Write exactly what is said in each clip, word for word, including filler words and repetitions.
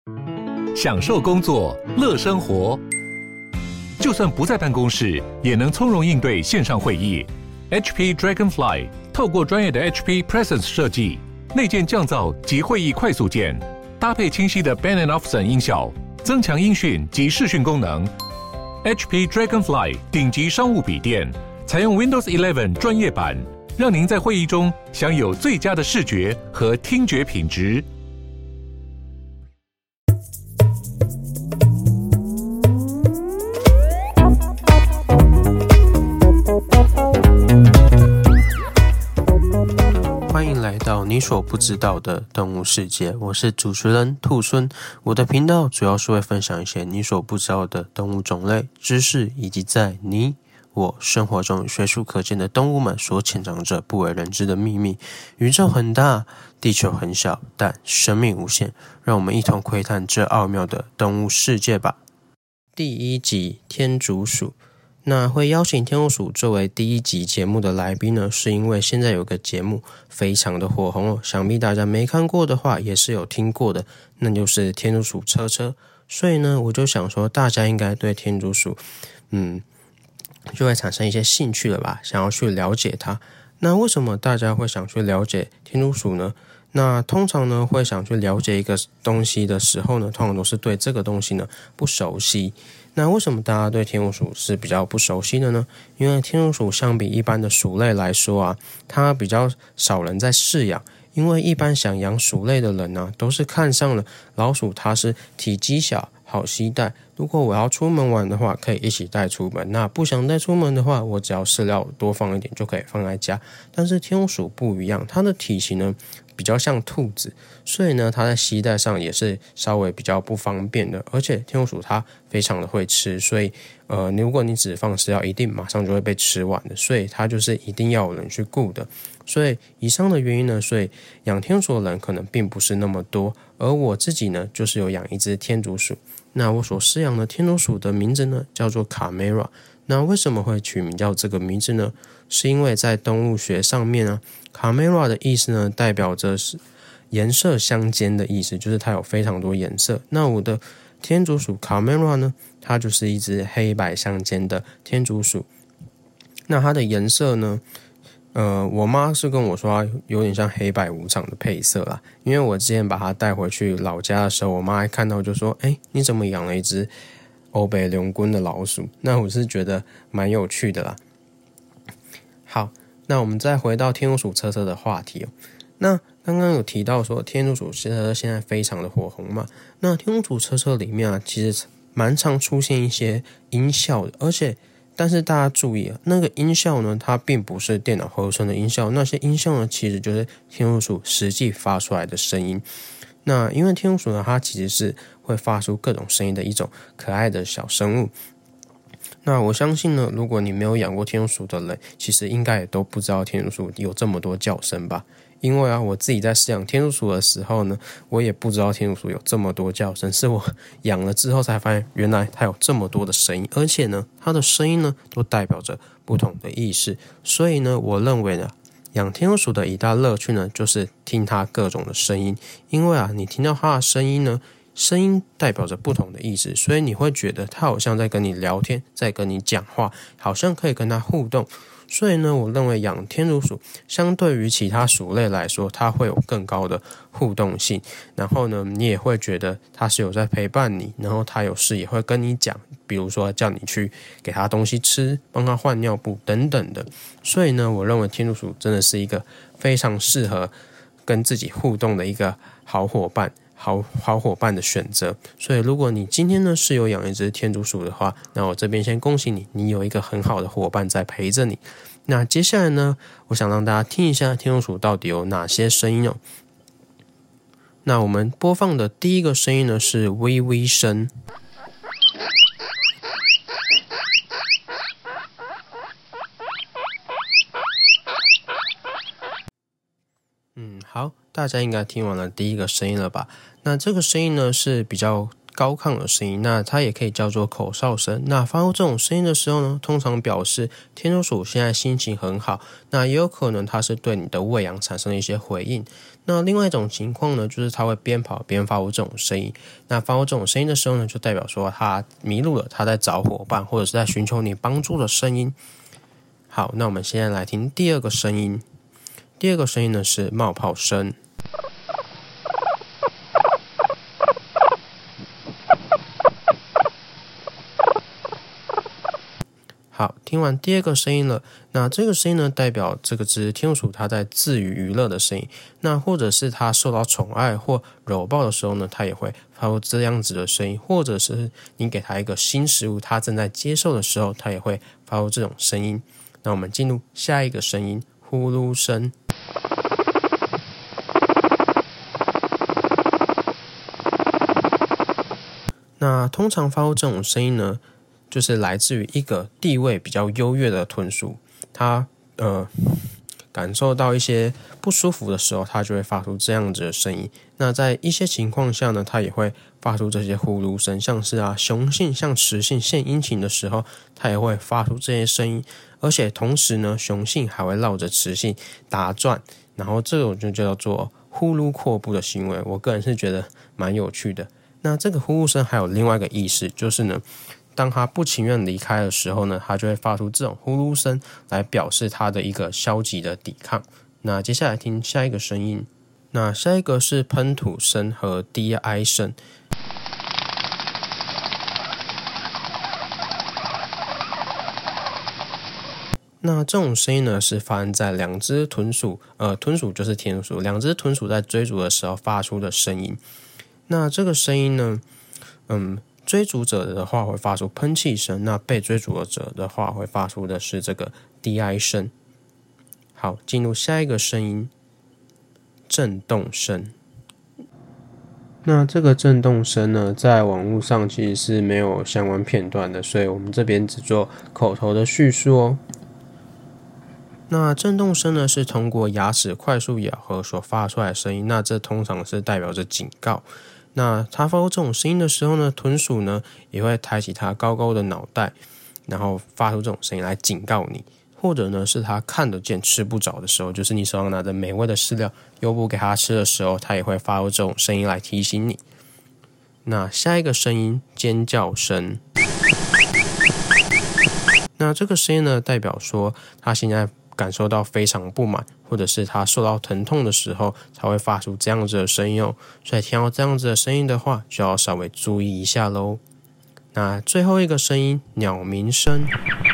享受工作，乐生活。就算不在办公室，也能从容应对线上会议。H P Dragonfly 透过专业的 H P Presence 设计，内建降噪及会议快速键，搭配清晰的 Bang and Olufsen 音效，增强音讯及视讯功能。H P Dragonfly 顶级商务笔电，采用 Windows 十一专业版，让您在会议中享有最佳的视觉和听觉品质。 欢迎来到你所不知道的动物世界，我是主持人兔孙。我的频道主要是会分享一些你所不知道的动物种类、知识，以及在你我生活中随处可见的动物们所潜藏着不为人知的秘密。宇宙很大，地球很小，但生命无限。让我们一同窥探这奥妙的动物世界吧。第一集天竺鼠。那会邀请天竺鼠作为第一集节目的来宾呢，是因为现在有个节目非常的火红哦，想必大家没看过的话也是有听过的，那就是天竺鼠车车。所以呢，我就想说大家应该对天竺鼠嗯就会产生一些兴趣了吧，想要去了解它。那为什么大家会想去了解天竺鼠呢？那通常呢会想去了解一个东西的时候呢，通常都是对这个东西呢不熟悉。那为什么大家对天竺鼠是比较不熟悉的呢？因为天竺鼠相比一般的鼠类来说啊，它比较少人在饲养。因为一般想养鼠类的人呢、啊，都是看上了老鼠，它是体积小，好携带。如果我要出门玩的话，可以一起带出门。那不想带出门的话，我只要饲料多放一点就可以放在家。但是天竺鼠不一样，它的体型呢比较像兔子，所以呢它在携带上也是稍微比较不方便的。而且天竺鼠它非常的会吃，所以呃如果你只放饲料，一定马上就会被吃完的。所以它就是一定要有人去顾的。所以以上的原因呢，所以养天竺鼠的人可能并不是那么多。而我自己呢，就是有养一只天竺鼠。那我所饲养的天竺鼠的名字呢，叫做卡梅拉。那为什么会取名叫这个名字呢？是因为在动物学上面呢，卡梅拉的意思呢，代表着是颜色相间的意思，就是它有非常多颜色。那我的天竺鼠卡梅拉呢，它就是一只黑白相间的天竺鼠。那它的颜色呢，呃，我妈是跟我说它有点像黑白无常的配色啦，因为我之前把它带回去老家的时候，我妈还看到就说：“哎，你怎么养了一只欧北龙棍的老鼠？”那我是觉得蛮有趣的啦。好，那我们再回到天竺鼠车车的话题哦。那刚刚有提到说天竺鼠车车现在非常的火红嘛，那天竺鼠车车里面啊，其实蛮常出现一些音效的，而且但是大家注意啊，那个音效呢，它并不是电脑合成的音效，那些音效呢，其实就是天竺鼠实际发出来的声音。那因为天竺鼠呢，它其实是会发出各种声音的一种可爱的小生物。那我相信呢，如果你没有养过天竺鼠的人，其实应该也都不知道天竺鼠有这么多叫声吧。因为啊，我自己在饲养天竺鼠的时候呢，我也不知道天竺鼠有这么多叫声，是我养了之后才发现，原来它有这么多的声音，而且呢，它的声音呢都代表着不同的意思。所以呢，我认为呢，养天竺鼠的一大乐趣呢，就是听它各种的声音。因为啊，你听到它的声音呢，声音代表着不同的意思，所以你会觉得它好像在跟你聊天，在跟你讲话，好像可以跟它互动。所以呢，我认为养天竺鼠相对于其他鼠类来说，它会有更高的互动性。然后呢，你也会觉得它是有在陪伴你，然后它有事也会跟你讲，比如说叫你去给它东西吃，帮它换尿布等等的。所以呢，我认为天竺鼠真的是一个非常适合跟自己互动的一个好伙伴。好好伙伴的选择。所以如果你今天呢是有养一只天竺鼠的话，那我这边先恭喜你，你有一个很好的伙伴在陪着你。那接下来呢，我想让大家听一下天竺鼠到底有哪些声音哦。那我们播放的第一个声音呢是微微声。嗯，好，大家应该听完了第一个声音了吧？那这个声音呢是比较高亢的声音，那它也可以叫做口哨声。那发出这种声音的时候呢，通常表示天竺鼠现在心情很好，那也有可能它是对你的喂养产生了一些回应。那另外一种情况呢，就是它会边跑边发出这种声音。那发出这种声音的时候呢，就代表说它迷路了，它在找伙伴，或者是在寻求你帮助的声音。好，那我们现在来听第二个声音。第二个声音呢是冒泡声。好，听完第二个声音了，那这个声音呢，代表这个只天竺鼠它在自娱娱乐的声音，那或者是它受到宠爱或搂抱的时候呢，它也会发出这样子的声音，或者是你给它一个新食物，它正在接受的时候，它也会发出这种声音。那我们进入下一个声音，呼噜声。那通常发出这种声音呢，就是来自于一个地位比较优越的豚鼠，它呃感受到一些不舒服的时候，它就会发出这样子的声音。那在一些情况下呢，它也会发出这些呼噜声，像是啊雄性向雌性献殷勤的时候，它也会发出这些声音。而且同时呢，雄性还会绕着雌性打转，然后这种就叫做呼噜阔步的行为。我个人是觉得蛮有趣的。那这个呼噜声还有另外一个意思，就是呢，当他不情愿离开的时候呢，他就会发出这种呼噜声来表示他的一个消极的抵抗。那接下来听下一个声音，那下一个是喷吐声和低哀声。那这种声音呢，是发生在两只豚鼠，呃，豚鼠就是天竺鼠，两只豚鼠在追逐的时候发出的声音。那这个声音呢，嗯。追逐者的话会发出喷气声，那被追逐者的话会发出的是这个低哀声。好，进入下一个声音，震动声。那这个震动声呢，在网络上其实是没有相关片段的，所以我们这边只做口头的叙述哦。那震动声呢，是通过牙齿快速咬合所发出来的声音，那这通常是代表着警告。那它发出这种声音的时候呢，豚鼠呢也会抬起它高高的脑袋，然后发出这种声音来警告你，或者呢是它看得见吃不着的时候，就是你手上拿着美味的饲料又不给它吃的时候，它也会发出这种声音来提醒你。那下一个声音，尖叫声。那这个声音呢，代表说它现在感受到非常不满，或者是他受到疼痛的时候才会发出这样子的声音哦。所以听到这样子的声音的话，就要稍微注意一下咯。那最后一个声音，鸟鸣声。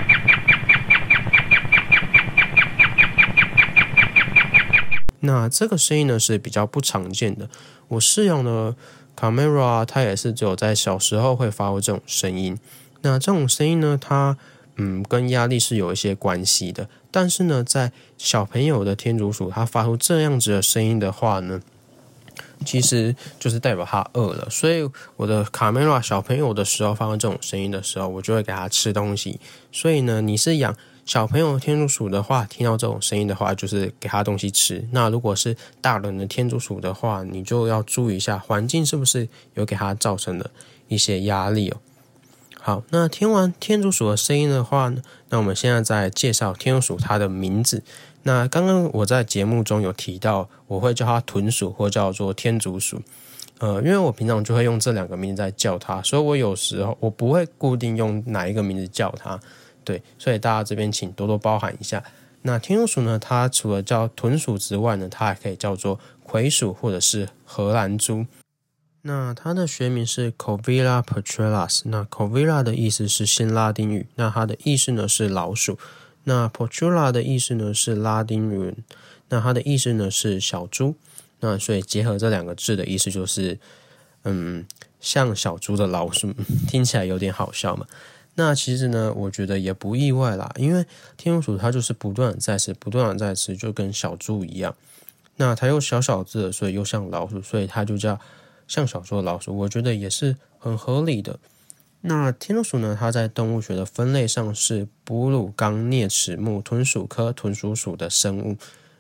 那这个声音呢是比较不常见的，我饲养的 Camera 它也是只有在小时候会发出这种声音。那这种声音呢，它嗯，跟压力是有一些关系的，但是呢，在小朋友的天竺鼠，它发出这样子的声音的话呢，其实就是代表它饿了。所以我的卡梅拉小朋友的时候发出这种声音的时候，我就会给它吃东西。所以呢，你是养小朋友天竺鼠的话，听到这种声音的话，就是给它东西吃。那如果是大人的天竺鼠的话，你就要注意一下环境是不是有给它造成的一些压力哦。好，那听完天竺鼠的声音的话呢，那我们现在再介绍天竺鼠它的名字。那刚刚我在节目中有提到，我会叫它豚鼠或叫做天竺鼠。呃，因为我平常就会用这两个名字在叫它，所以我有时候我不会固定用哪一个名字叫它。对，所以大家这边请多多包涵一下。那天竺鼠呢，它除了叫豚鼠之外呢，它还可以叫做葵鼠或者是荷兰猪。那它的学名是 Corvilla Portulatus， 那 Corvilla 的意思是新拉丁语，那它的意思呢是老鼠，那 Portula 的意思呢是拉丁语，那它的意思呢是小猪，那所以结合这两个字的意思就是嗯，像小猪的老鼠，听起来有点好笑嘛。那其实呢，我觉得也不意外啦，因为天竺鼠它就是不断的在吃，不断的在吃，就跟小猪一样。那它又小小只的，所以又像老鼠，所以它就叫像小猪的老鼠，我觉得也是很合理的。那天竺鼠呢，它在动物学的分类上是哺乳纲啮齿目豚属科豚鼠属的生物。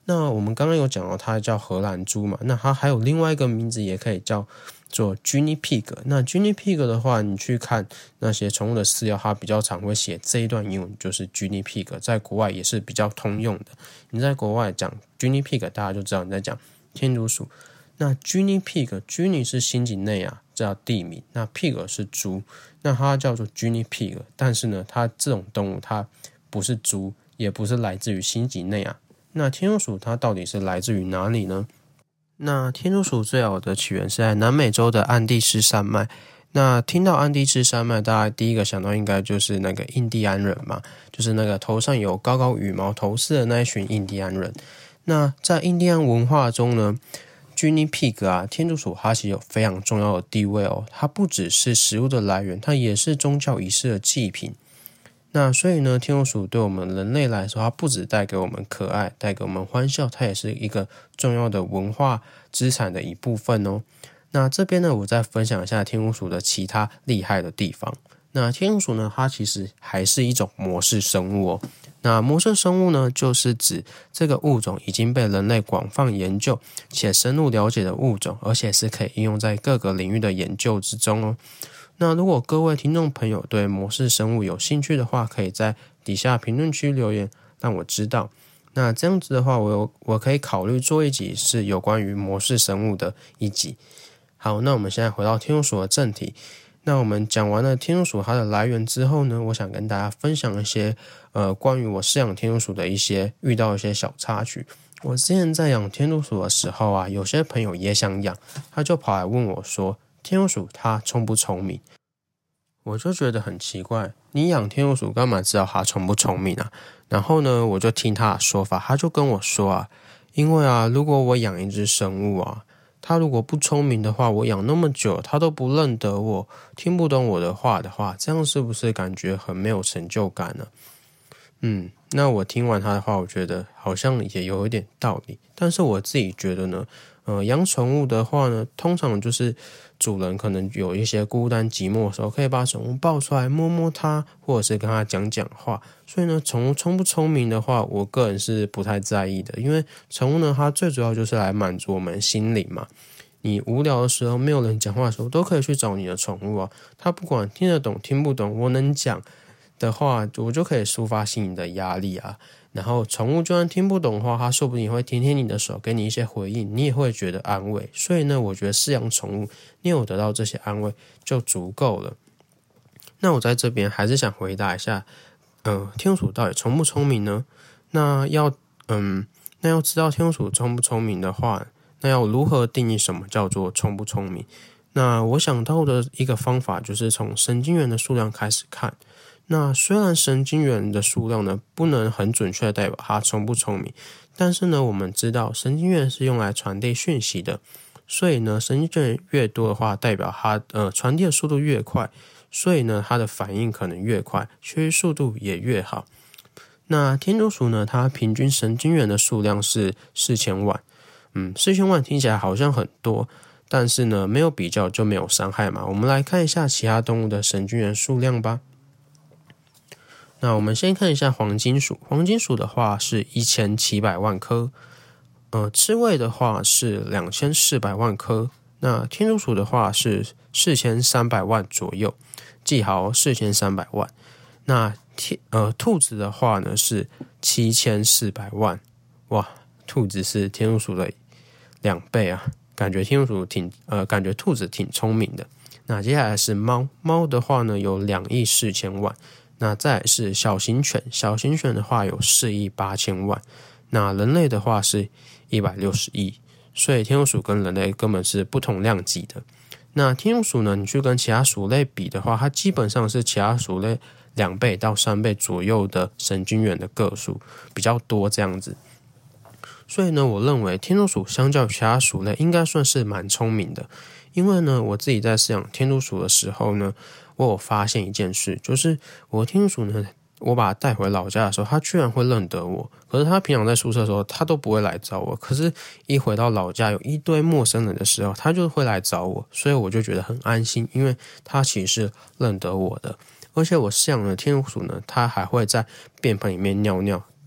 那我们刚刚有讲到它叫荷兰猪嘛，那它还有另外一个名字也可以叫做 Guinea Pig。 那 Guinea Pig 的话，你去看那些宠物的饲料，它比较常会写这一段英文，就是 Guinea Pig， 在国外也是比较通用的。你在国外讲 Guinea Pig， 大家就知道你在讲天竺鼠。那 Guinea Pig， Guinea 是新几内亚叫地名，那 Pig 是猪，那它叫做 Guinea Pig。 但是呢，它这种动物它不是猪，也不是来自于新几内亚。那天竺鼠它到底是来自于哪里呢？那天竺鼠最早的起源是在南美洲的安第斯山脉。那听到安第斯山脉，大家第一个想到应该就是那个印第安人嘛，就是那个头上有高高羽毛头饰的那一群印第安人。那在印第安文化中呢，Guinea Pig 啊，天竺鼠它其实有非常重要的地位哦。它不只是食物的来源，它也是宗教仪式的祭品。那所以呢，天竺鼠对我们人类来说，它不只带给我们可爱，带给我们欢笑，它也是一个重要的文化资产的一部分哦。那这边呢，我再分享一下天竺鼠的其他厉害的地方。那天竺鼠呢，它其实还是一种模式生物哦。那模式生物呢，就是指这个物种已经被人类广泛研究且深入了解的物种，而且是可以应用在各个领域的研究之中哦。那如果各位听众朋友对模式生物有兴趣的话，可以在底下评论区留言让我知道。那这样子的话，我有我可以考虑做一集是有关于模式生物的一集。好，那我们现在回到天竺鼠的正题。那我们讲完了天竺鼠它的来源之后呢，我想跟大家分享一些呃关于我饲养天竺鼠的一些遇到一些小插曲。我之前在养天竺鼠的时候啊，有些朋友也想养，他就跑来问我说，天竺鼠它聪不聪明？我就觉得很奇怪，你养天竺鼠干嘛知道它聪不聪明啊？然后呢，我就听他的说法，他就跟我说啊，因为啊，如果我养一只生物啊，它如果不聪明的话，我养那么久，它都不认得我，听不懂我的话的话，这样是不是感觉很没有成就感呢？嗯，那我听完他的话，我觉得好像也有一点道理，但是我自己觉得呢，呃，养宠物的话呢，通常就是主人可能有一些孤单寂寞的时候，可以把宠物抱出来摸摸它，或者是跟它讲讲话。所以呢，宠物聪不聪明的话，我个人是不太在意的，因为宠物呢，它最主要就是来满足我们心灵嘛。你无聊的时候，没有人讲话的时候，都可以去找你的宠物啊。它不管听得懂听不懂，我能讲的话，我就可以抒发心里的压力啊。然后宠物就算听不懂的话，它说不定也会舔舔你的手，给你一些回应，你也会觉得安慰。所以呢，我觉得饲养宠物，你有得到这些安慰就足够了。那我在这边还是想回答一下，呃，天竺鼠到底聪不聪明呢？那要嗯，那要知道天竺鼠聪不聪明的话，那要如何定义什么叫做聪不聪明？那我想到的一个方法就是从神经元的数量开始看。那虽然神经元的数量呢不能很准确的代表它聪不聪明，但是呢我们知道神经元是用来传递讯息的，所以呢神经元越多的话，代表它呃传递的速度越快，所以呢它的反应可能越快，学习速度也越好。那天竺鼠呢，它平均神经元的数量是四千万，嗯，四千万听起来好像很多，但是呢没有比较就没有伤害嘛。我们来看一下其他动物的神经元数量吧。那我们先看一下黄金鼠，黄金鼠的话是一千七百万颗，呃，刺猬的话是两千四百万颗，那天竺鼠的话是四千三百万左右，记好四千三百万。那天呃兔子的话呢是七千四百万，哇，兔子是天竺鼠的两倍啊，感觉天竺鼠挺呃感觉兔子挺聪明的。那接下来是猫，猫的话呢有两亿四千万。那再来是小型犬，小型犬的话有四亿八千万，那人类的话是一百六十亿，所以天竺鼠跟人类根本是不同量级的。那天竺鼠呢，你去跟其他鼠类比的话，它基本上是其他鼠类两倍到三倍左右的神经元的个数，比较多这样子。所以呢，我认为天竺鼠相较于其他鼠类应该算是蛮聪明的。因为呢，我自己在饲养天竺鼠的时候呢，我有发现一件事，就是我天竺鼠呢，我把它带回老家的时候，它居然会认得我。可是它平常在宿舍的时候，它都不会来找我。可是，一回到老家有一堆陌生人的时候，它就会来找我，所以我就觉得很安心，因为它其实是认得我的。而且我饲养的天竺鼠呢，它还会在便盆里面尿尿，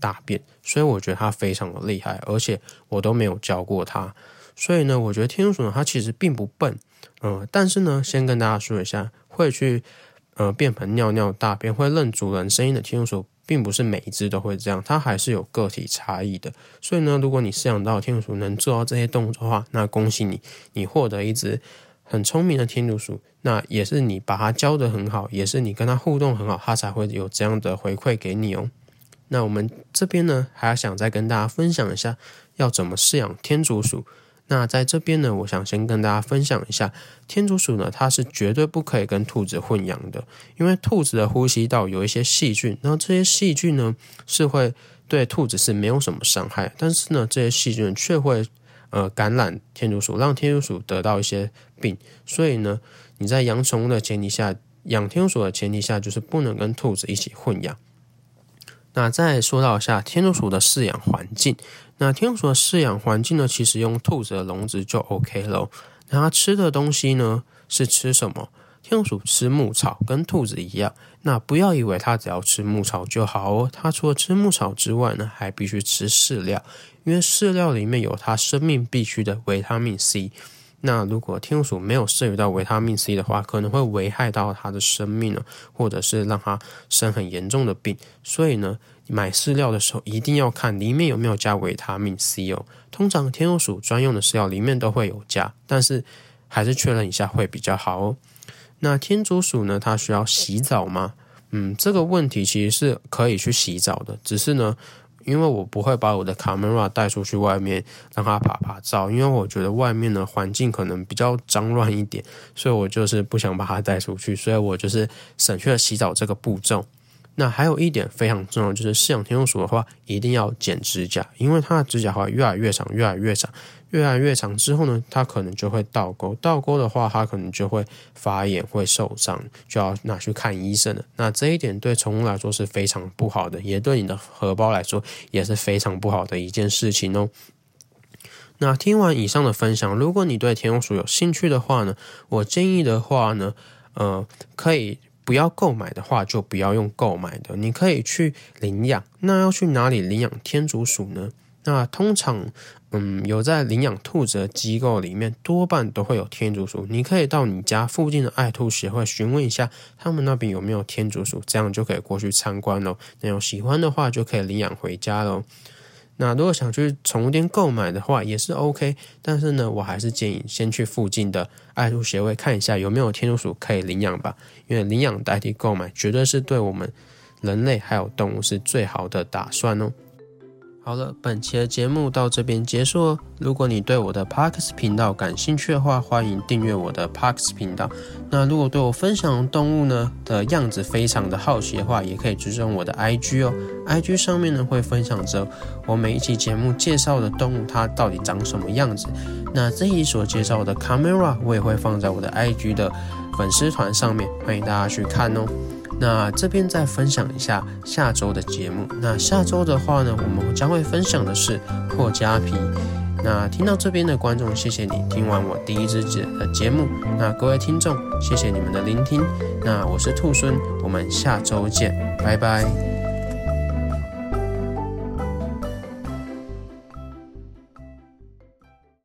大便，所以我觉得它非常的厉害，而且我都没有教过它。所以呢，我觉得天竺鼠呢，它其实并不笨，呃，但是呢，先跟大家说一下，会去呃便盆尿尿大便，会认主人声音的天竺鼠，并不是每一只都会这样，它还是有个体差异的。所以呢，如果你饲养到的天竺鼠能做到这些动作的话，那恭喜你，你获得一只很聪明的天竺鼠，那也是你把它教得很好，也是你跟它互动很好，它才会有这样的回馈给你哦。那我们这边呢，还想再跟大家分享一下要怎么饲养天竺鼠。那在这边呢，我想先跟大家分享一下，天竺鼠呢，它是绝对不可以跟兔子混养的，因为兔子的呼吸道有一些细菌，然后这些细菌呢是会对兔子是没有什么伤害，但是呢，这些细菌却会呃感染天竺鼠，让天竺鼠得到一些病。所以呢，你在养宠物的前提下，养天竺鼠的前提下，就是不能跟兔子一起混养。那再说到一下天竺鼠的饲养环境，那天竺鼠的饲养环境呢，其实用兔子的笼子就 OK 了。那它吃的东西呢是吃什么？天竺鼠吃牧草，跟兔子一样。那不要以为它只要吃牧草就好哦，它除了吃牧草之外呢，还必须吃饲料，因为饲料里面有它生命必需的维他命 C。那如果天竺鼠没有摄取到维他命 C 的话，可能会危害到它的生命呢，或者是让它生很严重的病。所以呢，买饲料的时候一定要看里面有没有加维他命 C 哦。通常天竺鼠专用的饲料里面都会有加，但是还是确认一下会比较好哦。那天竺鼠呢，它需要洗澡吗？嗯，这个问题其实是可以去洗澡的，只是呢，因为我不会把我的 camera 带出去外面让它爬爬照，因为我觉得外面的环境可能比较脏乱一点，所以我就是不想把它带出去，所以我就是省去了洗澡这个步骤。那还有一点非常重要，就是饲养天竺鼠的话，一定要剪指甲，因为它的指甲会越来越长，越来越长，越来越长之后呢，它可能就会倒钩，倒钩的话，它可能就会发炎，会受伤，就要拿去看医生了。那这一点对宠物来说是非常不好的，也对你的荷包来说也是非常不好的一件事情哦。那听完以上的分享，如果你对天竺鼠有兴趣的话呢，我建议的话呢，呃，可以不要购买的话，就不要用购买的，你可以去领养。那要去哪里领养天竺鼠呢？那通常，嗯，有在领养兔子的机构里面，多半都会有天竺鼠。你可以到你家附近的爱兔协会询问一下，他们那边有没有天竺鼠，这样就可以过去参观咯。那有喜欢的话，就可以领养回家咯。那如果想去宠物店购买的话也是 OK， 但是呢，我还是建议先去附近的爱兔协会看一下有没有天竺鼠可以领养吧，因为领养代替购买绝对是对我们人类还有动物是最好的打算哦。好了，本期的节目到这边结束了。如果你对我的 Podcast 频道感兴趣的话，欢迎订阅我的 Podcast 频道。那如果对我分享的动物呢的样子非常的好奇的话，也可以追踪我的 I G 哦。I G 上面呢会分享着我每一期节目介绍的动物它到底长什么样子。那这一所介绍的 camera 我也会放在我的 I G 的粉丝团上面，欢迎大家去看哦。那这边再分享一下下周的节目。那下周的话呢，我们将会分享的是破家皮。那听到这边的观众，谢谢你听完我第一支的节目。那各位听众，谢谢你们的聆听。那我是兔孙，我们下周见，拜拜。